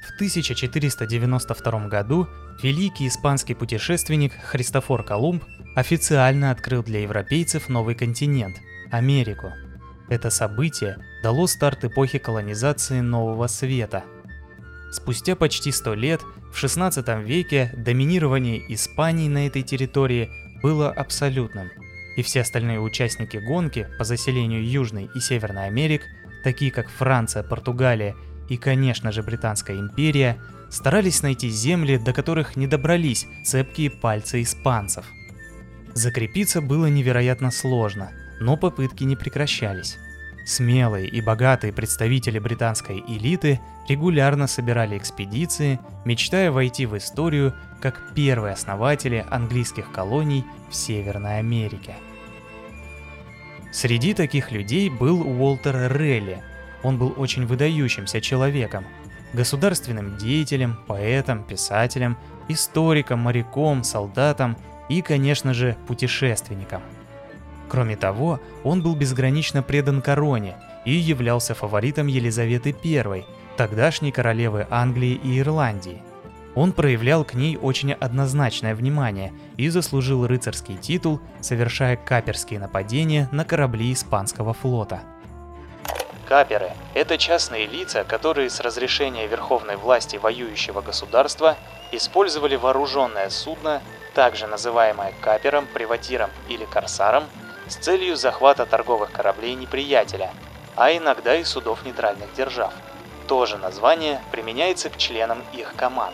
В 1492 году великий испанский путешественник Христофор Колумб официально открыл для европейцев новый континент – Америку. Это событие дало старт эпохе колонизации Нового Света. Спустя почти 100 лет, в XVI веке, доминирование Испании на этой территории было абсолютным, и все остальные участники гонки по заселению Южной и Северной Америк, такие как Франция, Португалия и, конечно же, Британская империя, старались найти земли, до которых не добрались цепкие пальцы испанцев. Закрепиться было невероятно сложно, но попытки не прекращались. Смелые и богатые представители британской элиты регулярно собирали экспедиции, мечтая войти в историю как первые основатели английских колоний в Северной Америке. Среди таких людей был Уолтер Рейли. Он был очень выдающимся человеком, государственным деятелем, поэтом, писателем, историком, моряком, солдатом и, конечно же, путешественником. Кроме того, он был безгранично предан короне и являлся фаворитом Елизаветы I, тогдашней королевы Англии и Ирландии. Он проявлял к ней очень однозначное внимание и заслужил рыцарский титул, совершая каперские нападения на корабли испанского флота. Каперы – это частные лица, которые с разрешения верховной власти воюющего государства использовали вооруженное судно, также называемое капером, приватиром или корсаром, с целью захвата торговых кораблей неприятеля, а иногда и судов нейтральных держав. То же название применяется к членам их команд.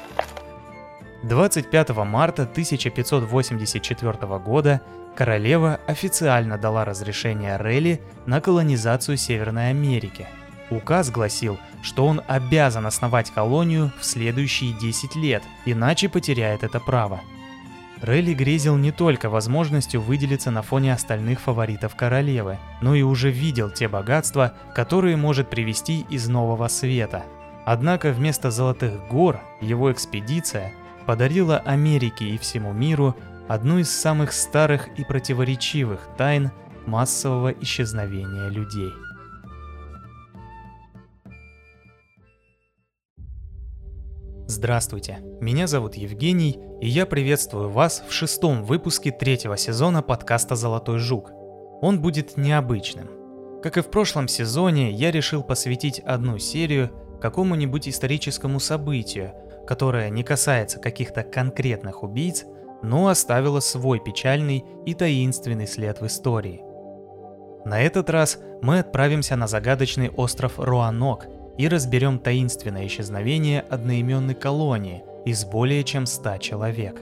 25 марта 1584 года королева официально дала разрешение Рейли на колонизацию Северной Америки. Указ гласил, что он обязан основать колонию в следующие 10 лет, иначе потеряет это право. Рейли грезил не только возможностью выделиться на фоне остальных фаворитов королевы, но и уже видел те богатства, которые может привезти из Нового Света. Однако вместо Золотых гор его экспедиция подарила Америке и всему миру одну из самых старых и противоречивых тайн массового исчезновения людей. Здравствуйте, меня зовут Евгений, и я приветствую вас в 6-м выпуске 3-го сезона подкаста «Золотой жук». Он будет необычным. Как и в прошлом сезоне, я решил посвятить одну серию какому-нибудь историческому событию, которое не касается каких-то конкретных убийц, но оставило свой печальный и таинственный след в истории. На этот раз мы отправимся на загадочный остров Роанок и разберем таинственное исчезновение одноименной колонии из более чем 100 человек.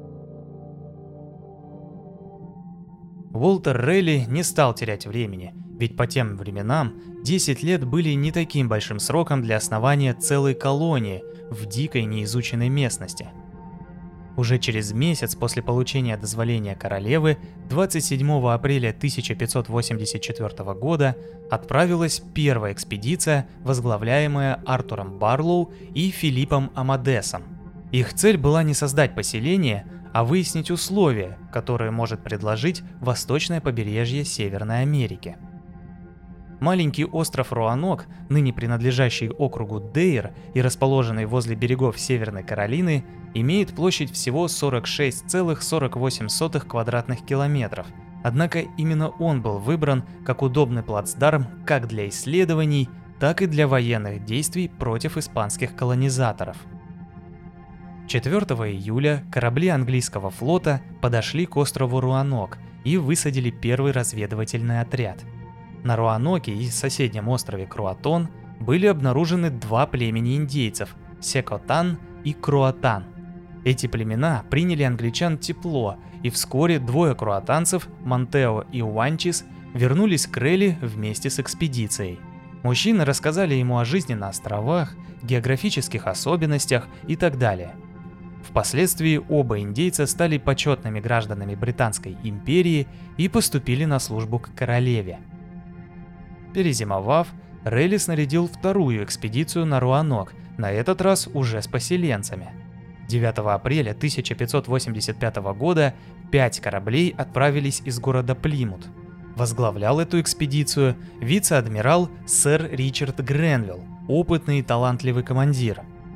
Уолтер Рейли не стал терять времени, ведь по тем временам 10 лет были не таким большим сроком для основания целой колонии в дикой неизученной местности. Уже через месяц после получения дозволения королевы 27 апреля 1584 года отправилась первая экспедиция, возглавляемая Артуром Барлоу и Филиппом Амадесом. Их цель была не создать поселение, а выяснить условия, которые может предложить восточное побережье Северной Америки. Маленький остров Роанок, ныне принадлежащий округу Дейр и расположенный возле берегов Северной Каролины, имеет площадь всего 46,48 квадратных километров. Однако именно он был выбран как удобный плацдарм как для исследований, так и для военных действий против испанских колонизаторов. 4 июля корабли английского флота подошли к острову Роанок и высадили первый разведывательный отряд. На Роаноке и соседнем острове Круатон были обнаружены два племени индейцев – Секотан и Круатан. Эти племена приняли англичан тепло, и вскоре двое круатанцев, Монтео и Уанчис, вернулись к Рейли вместе с экспедицией. Мужчины рассказали ему о жизни на островах, географических особенностях и так далее. Впоследствии оба индейца стали почетными гражданами Британской империи и поступили на службу к королеве. Перезимовав, Рейли снарядил вторую экспедицию на Роанок, на этот раз уже с поселенцами. 9 апреля 1585 года 5 кораблей отправились из города Плимут. Возглавлял эту экспедицию вице-адмирал сэр Ричард Гренвилл, опытный и талантливый командир.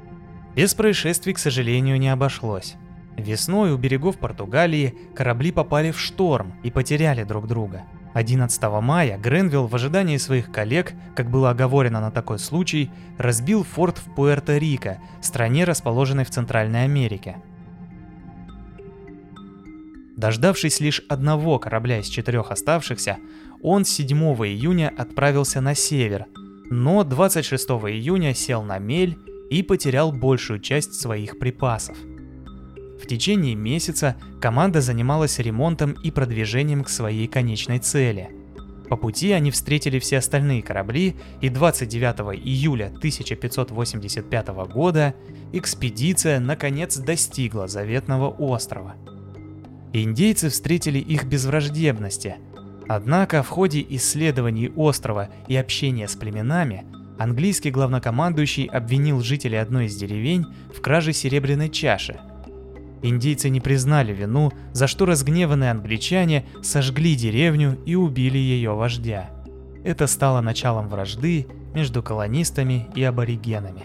Без происшествий, к сожалению, не обошлось. Весной у берегов Португалии корабли попали в шторм и потеряли друг друга. 11 мая Гренвилл в ожидании своих коллег, как было оговорено на такой случай, разбил форт в Пуэрто-Рико, стране, расположенной в Центральной Америке. Дождавшись лишь одного корабля из 4 оставшихся, он 7 июня отправился на север, но 26 июня сел на мель и потерял большую часть своих припасов. В течение месяца команда занималась ремонтом и продвижением к своей конечной цели. По пути они встретили все остальные корабли, и 29 июля 1585 года экспедиция наконец достигла заветного острова. Индейцы встретили их без враждебности. Однако в ходе исследований острова и общения с племенами английский главнокомандующий обвинил жителей одной из деревень в краже серебряной чаши. Индейцы не признали вину, за что разгневанные англичане сожгли деревню и убили ее вождя. Это стало началом вражды между колонистами и аборигенами.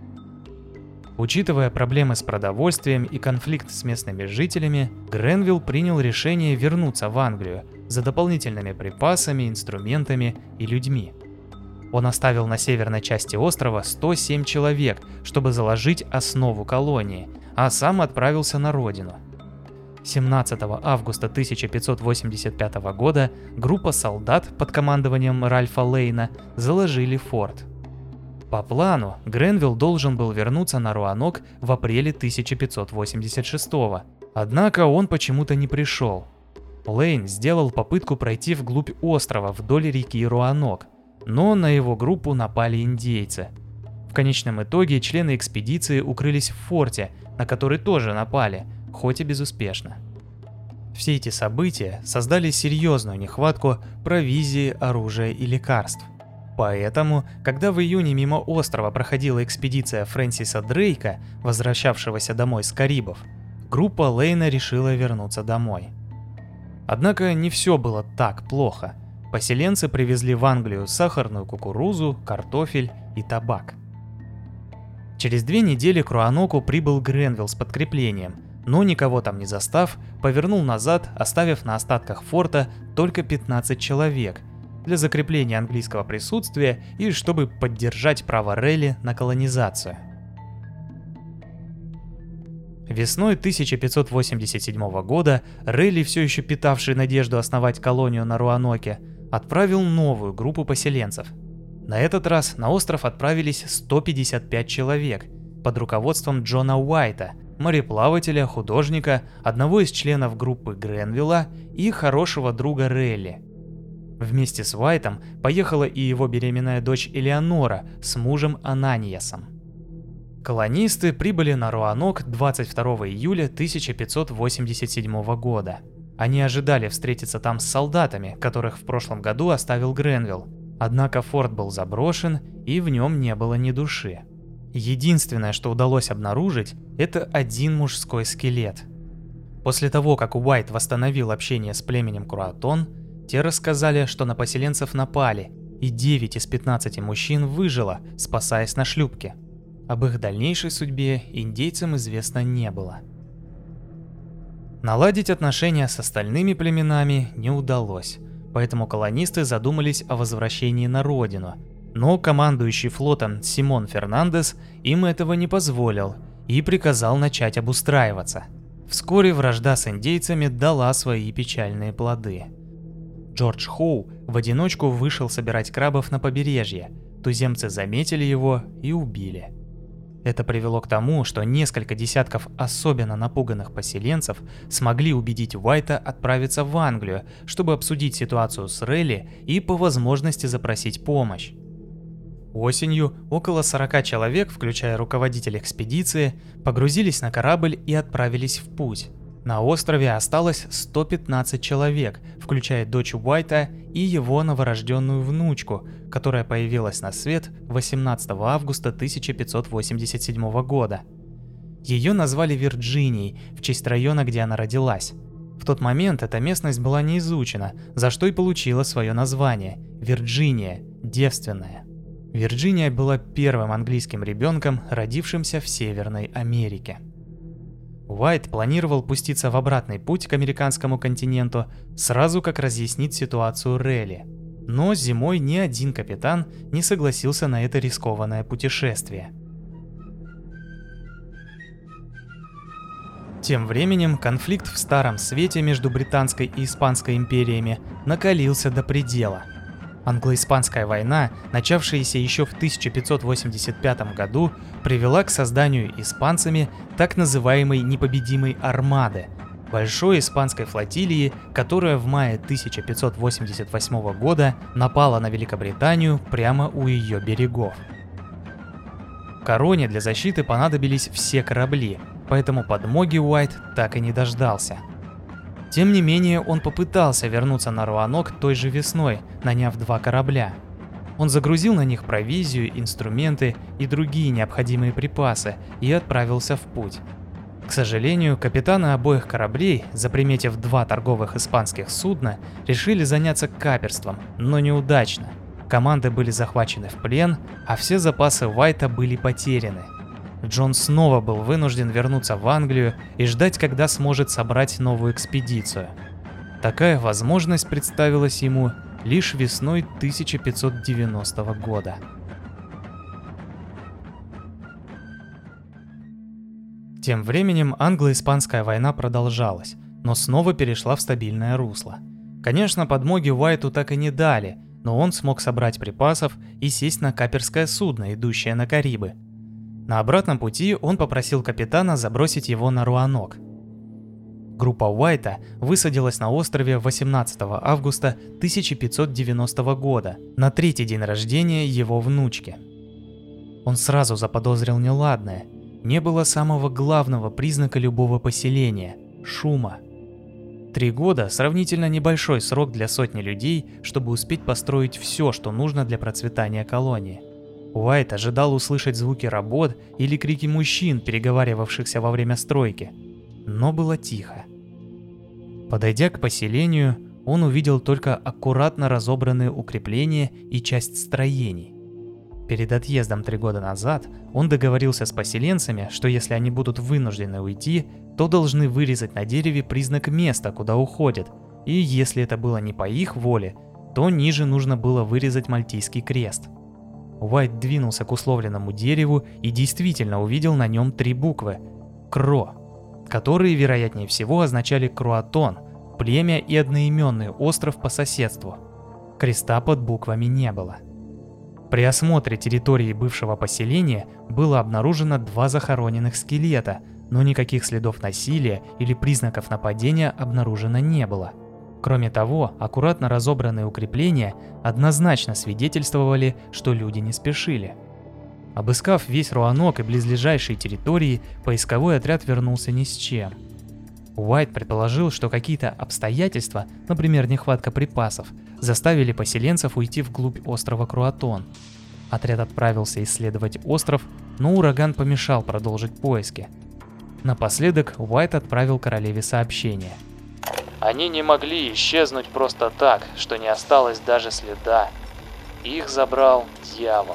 Учитывая проблемы с продовольствием и конфликт с местными жителями, Гренвилл принял решение вернуться в Англию за дополнительными припасами, инструментами и людьми. Он оставил на северной части острова 107 человек, чтобы заложить основу колонии, а сам отправился на родину. 17 августа 1585 года группа солдат под командованием Ральфа Лейна заложили форт. По плану, Гренвилл должен был вернуться на Руанок в апреле 1586, однако он почему-то не пришел. Лейн сделал попытку пройти вглубь острова вдоль реки Руанок, но на его группу напали индейцы. В конечном итоге члены экспедиции укрылись в форте, на который тоже напали, хоть и безуспешно. Все эти события создали серьезную нехватку провизии, оружия и лекарств. Поэтому, когда в июне мимо острова проходила экспедиция Фрэнсиса Дрейка, возвращавшегося домой с Карибов, группа Лейна решила вернуться домой. Однако не все было так плохо. Поселенцы привезли в Англию сахарную кукурузу, картофель и табак. Через 2 недели к Руаноку прибыл Гренвилл с подкреплением, но никого там не застав, повернул назад, оставив на остатках форта только 15 человек для закрепления английского присутствия и чтобы поддержать право Рейли на колонизацию. Весной 1587 года Рейли, все еще питавший надежду основать колонию на Руаноке, отправил новую группу поселенцев. На этот раз на остров отправились 155 человек под руководством Джона Уайта, мореплавателя, художника, одного из членов группы Гренвилла и хорошего друга Рейли. Вместе с Уайтом поехала и его беременная дочь Элеонора с мужем Ананиасом. Колонисты прибыли на Руанок 22 июля 1587 года. Они ожидали встретиться там с солдатами, которых в прошлом году оставил Гренвилл. Однако форт был заброшен, и в нем не было ни души. Единственное, что удалось обнаружить, это один мужской скелет. После того, как Уайт восстановил общение с племенем Круатон, те рассказали, что на поселенцев напали, и 9 из 15 мужчин выжило, спасаясь на шлюпке. Об их дальнейшей судьбе индейцам известно не было. Наладить отношения с остальными племенами не удалось, поэтому колонисты задумались о возвращении на родину, но командующий флотом Симон Фернандес им этого не позволил и приказал начать обустраиваться. Вскоре вражда с индейцами дала свои печальные плоды. Джордж Хоу в одиночку вышел собирать крабов на побережье, туземцы заметили его и убили. Это привело к тому, что несколько десятков особенно напуганных поселенцев смогли убедить Уайта отправиться в Англию, чтобы обсудить ситуацию с Рейли и по возможности запросить помощь. Осенью около 40 человек, включая руководителя экспедиции, погрузились на корабль и отправились в путь. На острове осталось 115 человек, включая дочь Уайта и его новорожденную внучку, которая появилась на свет 18 августа 1587 года. Ее назвали Вирджинией в честь района, где она родилась. В тот момент эта местность была не изучена, за что и получила свое название – Вирджиния, девственная. Вирджиния была первым английским ребенком, родившимся в Северной Америке. Уайт планировал пуститься в обратный путь к американскому континенту сразу как разъяснит ситуацию Релли. Но зимой ни один капитан не согласился на это рискованное путешествие. Тем временем конфликт в Старом Свете между Британской и Испанской империями накалился до предела. Англо-Испанская война, начавшаяся еще в 1585 году, привела к созданию испанцами так называемой непобедимой армады, большой испанской флотилии, которая в мае 1588 года напала на Великобританию прямо у ее берегов. Короне для защиты понадобились все корабли, поэтому подмоги Уайт так и не дождался. Тем не менее, он попытался вернуться на Руанок той же весной, наняв 2 корабля. Он загрузил на них провизию, инструменты и другие необходимые припасы и отправился в путь. К сожалению, капитаны обоих кораблей, заприметив 2 торговых испанских судна, решили заняться каперством, но неудачно. Команды были захвачены в плен, а все запасы Уайта были потеряны. Джон снова был вынужден вернуться в Англию и ждать, когда сможет собрать новую экспедицию. Такая возможность представилась ему лишь весной 1590 года. Тем временем англо-испанская война продолжалась, но снова перешла в стабильное русло. Конечно, подмоги Уайту так и не дали, но он смог собрать припасов и сесть на каперское судно, идущее на Карибы. На обратном пути он попросил капитана забросить его на Руанок. Группа Уайта высадилась на острове 18 августа 1590 года, на 3-й день рождения его внучки. Он сразу заподозрил неладное. Не было самого главного признака любого поселения – шума. 3 года – сравнительно небольшой срок для сотни людей, чтобы успеть построить все, что нужно для процветания колонии. Уайт ожидал услышать звуки работ или крики мужчин, переговаривавшихся во время стройки, но было тихо. Подойдя к поселению, он увидел только аккуратно разобранные укрепления и часть строений. Перед отъездом 3 года назад он договорился с поселенцами, что если они будут вынуждены уйти, то должны вырезать на дереве признак места, куда уходят, и если это было не по их воле, то ниже нужно было вырезать мальтийский крест. Уайт двинулся к условленному дереву и действительно увидел на нем 3 буквы «Кро», которые, вероятнее всего, означали Круатон, племя и одноименный остров по соседству. Креста под буквами не было. При осмотре территории бывшего поселения было обнаружено 2 захороненных скелета, но никаких следов насилия или признаков нападения обнаружено не было. Кроме того, аккуратно разобранные укрепления однозначно свидетельствовали, что люди не спешили. Обыскав весь Руанок и близлежащие территории, поисковой отряд вернулся ни с чем. Уайт предположил, что какие-то обстоятельства, например, нехватка припасов, заставили поселенцев уйти вглубь острова Круатон. Отряд отправился исследовать остров, но ураган помешал продолжить поиски. Напоследок Уайт отправил королеве сообщение. Они не могли исчезнуть просто так, что не осталось даже следа. Их забрал дьявол.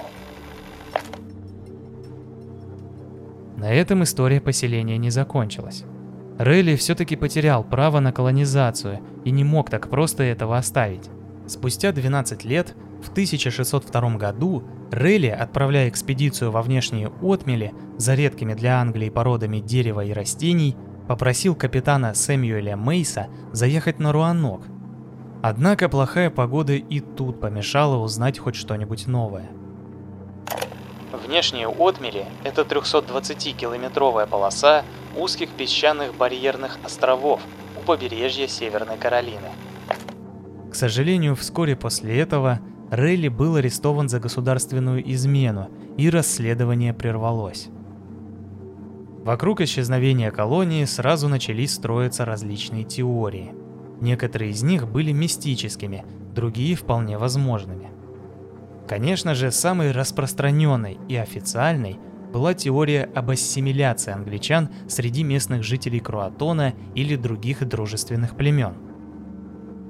На этом история поселения не закончилась. Релли все-таки потерял право на колонизацию и не мог так просто этого оставить. Спустя 12 лет, в 1602 году, Релли, отправляя экспедицию во внешние отмели за редкими для Англии породами дерева и растений, попросил капитана Сэмюэля Мейса заехать на Руанок. Однако плохая погода и тут помешала узнать хоть что-нибудь новое. Внешние отмели – это 320-километровая полоса узких песчаных барьерных островов у побережья Северной Каролины. К сожалению, вскоре после этого Релли был арестован за государственную измену, и расследование прервалось. Вокруг исчезновения колонии сразу начались строиться различные теории. Некоторые из них были мистическими, другие вполне возможными. Конечно же, самой распространенной и официальной была теория об ассимиляции англичан среди местных жителей Круатона или других дружественных племен.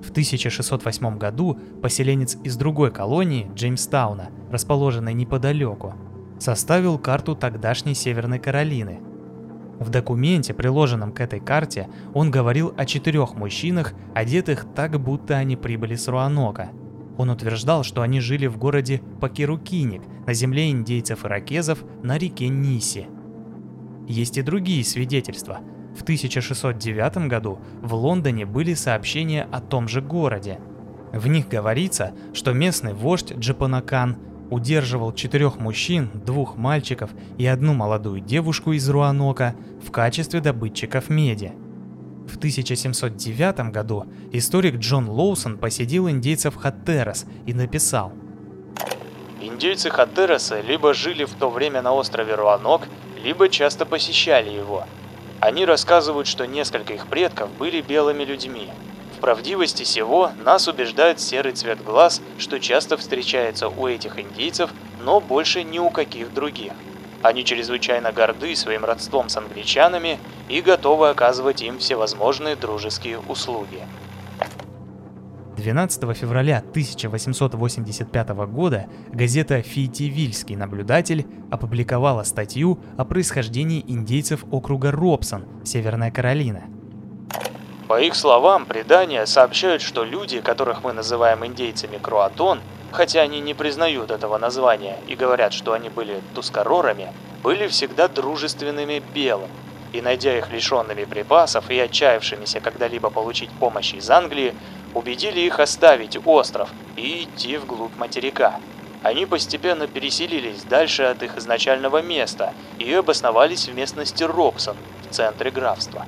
В 1608 году поселенец из другой колонии, Джеймстауна, расположенной неподалеку, составил карту тогдашней Северной Каролины. В документе, приложенном к этой карте, он говорил о 4 мужчинах, одетых так, будто они прибыли с Руанока. Он утверждал, что они жили в городе Пакерукиник, на земле индейцев-иракезов на реке Ниси. Есть и другие свидетельства. В 1609 году в Лондоне были сообщения о том же городе. В них говорится, что местный вождь Джапанакан удерживал 4 мужчин, 2 мальчиков и 1 молодую девушку из Руанока в качестве добытчиков меди. В 1709 году историк Джон Лоусон посетил индейцев Хатерас и написал: Индейцы Хатераса либо жили в то время на острове Руанок, либо часто посещали его. Они рассказывают, что несколько их предков были белыми людьми. В правдивости сего нас убеждает серый цвет глаз, что часто встречается у этих индейцев, но больше ни у каких других. Они чрезвычайно горды своим родством с англичанами и готовы оказывать им всевозможные дружеские услуги. 12 февраля 1885 года газета «Фейтивильский наблюдатель» опубликовала статью о происхождении индейцев округа Робсон, Северная Каролина. По их словам, предания сообщают, что люди, которых мы называем индейцами Круатон, хотя они не признают этого названия и говорят, что они были тускарорами, были всегда дружественными белым, и, найдя их лишенными припасов и отчаявшимися когда-либо получить помощь из Англии, убедили их оставить остров и идти вглубь материка. Они постепенно переселились дальше от их изначального места и обосновались в местности Робсон, в центре графства.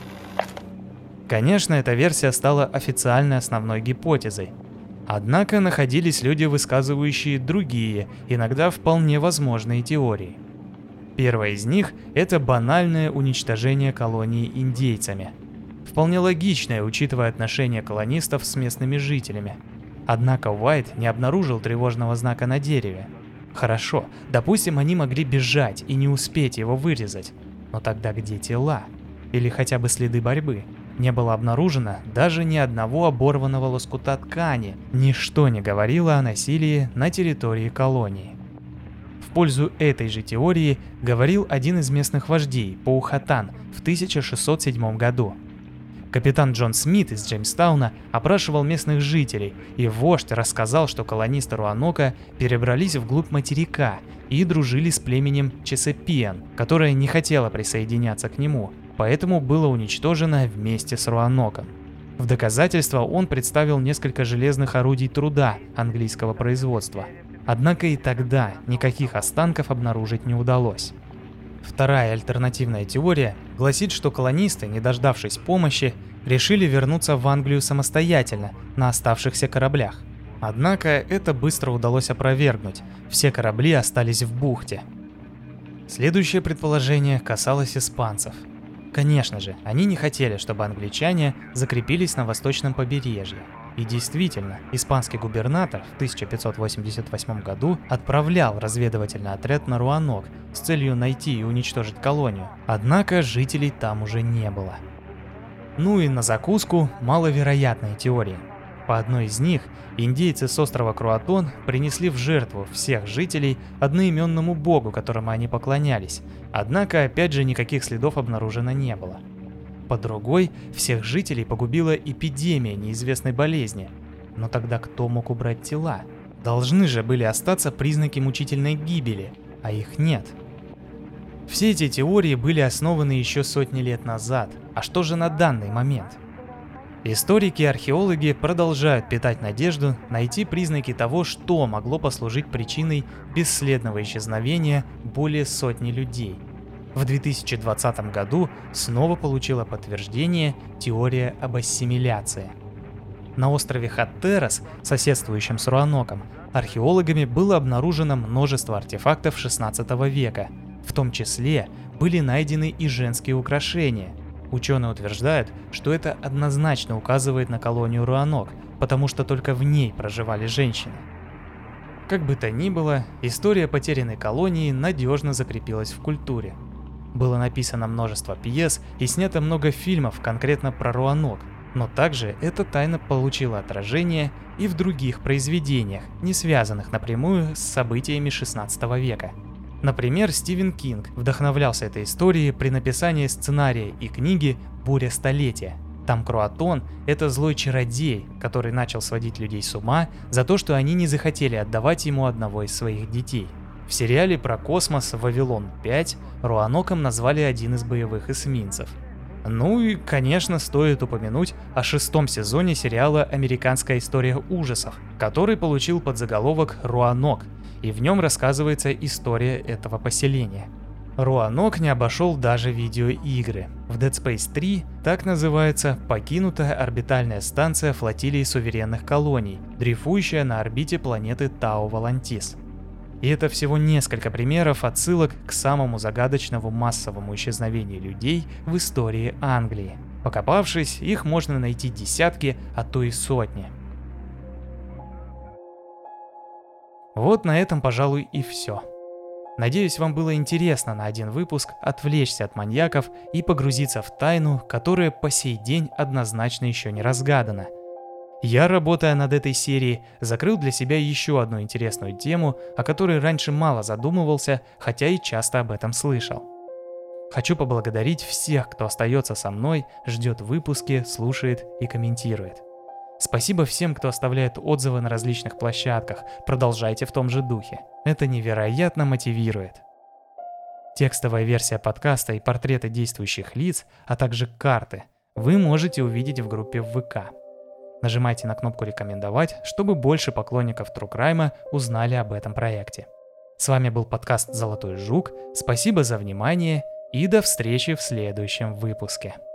Конечно, эта версия стала официальной основной гипотезой. Однако находились люди, высказывающие другие, иногда вполне возможные теории. Первая из них – это банальное уничтожение колонии индейцами. Вполне логичное, учитывая отношения колонистов с местными жителями. Однако Уайт не обнаружил тревожного знака на дереве. Хорошо, допустим, они могли бежать и не успеть его вырезать. Но тогда где тела? Или хотя бы следы борьбы? Не было обнаружено даже ни одного оборванного лоскута ткани. Ничто не говорило о насилии на территории колонии. В пользу этой же теории говорил один из местных вождей, Поухатан, в 1607 году. Капитан Джон Смит из Джеймстауна опрашивал местных жителей, и вождь рассказал, что колонисты Руанока перебрались вглубь материка и дружили с племенем Чесапиан, которое не хотело присоединяться к нему, поэтому было уничтожено вместе с Руаноком. В доказательство он представил несколько железных орудий труда английского производства. Однако и тогда никаких останков обнаружить не удалось. Вторая альтернативная теория гласит, что колонисты, не дождавшись помощи, решили вернуться в Англию самостоятельно на оставшихся кораблях. Однако это быстро удалось опровергнуть, все корабли остались в бухте. Следующее предположение касалось испанцев. Конечно же, они не хотели, чтобы англичане закрепились на восточном побережье. И действительно, испанский губернатор в 1588 году отправлял разведывательный отряд на Руанок с целью найти и уничтожить колонию, однако жителей там уже не было. Ну и на закуску маловероятные теории. По одной из них, индейцы с острова Круатон принесли в жертву всех жителей одноименному богу, которому они поклонялись, однако опять же никаких следов обнаружено не было. По другой, всех жителей погубила эпидемия неизвестной болезни. Но тогда кто мог убрать тела? Должны же были остаться признаки мучительной гибели, а их нет. Все эти теории были основаны еще сотни лет назад. А что же на данный момент? Историки и археологи продолжают питать надежду найти признаки того, что могло послужить причиной бесследного исчезновения более сотни людей. В 2020 году снова получила подтверждение теория об ассимиляции. На острове Хатерас, соседствующем с Руаноком, археологами было обнаружено множество артефактов XVI века. В том числе были найдены и женские украшения. Ученые утверждают, что это однозначно указывает на колонию Руанок, потому что только в ней проживали женщины. Как бы то ни было, история потерянной колонии надежно закрепилась в культуре. Было написано множество пьес и снято много фильмов конкретно про Руанок. Но также эта тайна получила отражение и в других произведениях, не связанных напрямую с событиями 16 века. Например, Стивен Кинг вдохновлялся этой историей при написании сценария и книги «Буря столетия». Там Круатон – это злой чародей, который начал сводить людей с ума за то, что они не захотели отдавать ему одного из своих детей. В сериале про космос «Вавилон 5» Руаноком назвали один из боевых эсминцев. Ну и, конечно, стоит упомянуть о 6-м сезоне сериала «Американская история ужасов», который получил подзаголовок «Руанок», и в нем рассказывается история этого поселения. Руанок не обошел даже видеоигры. В Dead Space 3 так называется покинутая орбитальная станция флотилии суверенных колоний, дрейфующая на орбите планеты Тау-Валантис. И это всего несколько примеров отсылок к самому загадочному массовому исчезновению людей в истории Англии. Покопавшись, их можно найти десятки, а то и сотни. Вот на этом, пожалуй, и все. Надеюсь, вам было интересно на один выпуск отвлечься от маньяков и погрузиться в тайну, которая по сей день однозначно еще не разгадана. Я, работая над этой серией, закрыл для себя еще одну интересную тему, о которой раньше мало задумывался, хотя и часто об этом слышал. Хочу поблагодарить всех, кто остается со мной, ждет выпуски, слушает и комментирует. Спасибо всем, кто оставляет отзывы на различных площадках, продолжайте в том же духе. Это невероятно мотивирует. Текстовая версия подкаста и портреты действующих лиц, а также карты вы можете увидеть в группе в ВК. Нажимайте на кнопку «Рекомендовать», чтобы больше поклонников True Crime узнали об этом проекте. С вами был подкаст «Золотой жук», спасибо за внимание и до встречи в следующем выпуске.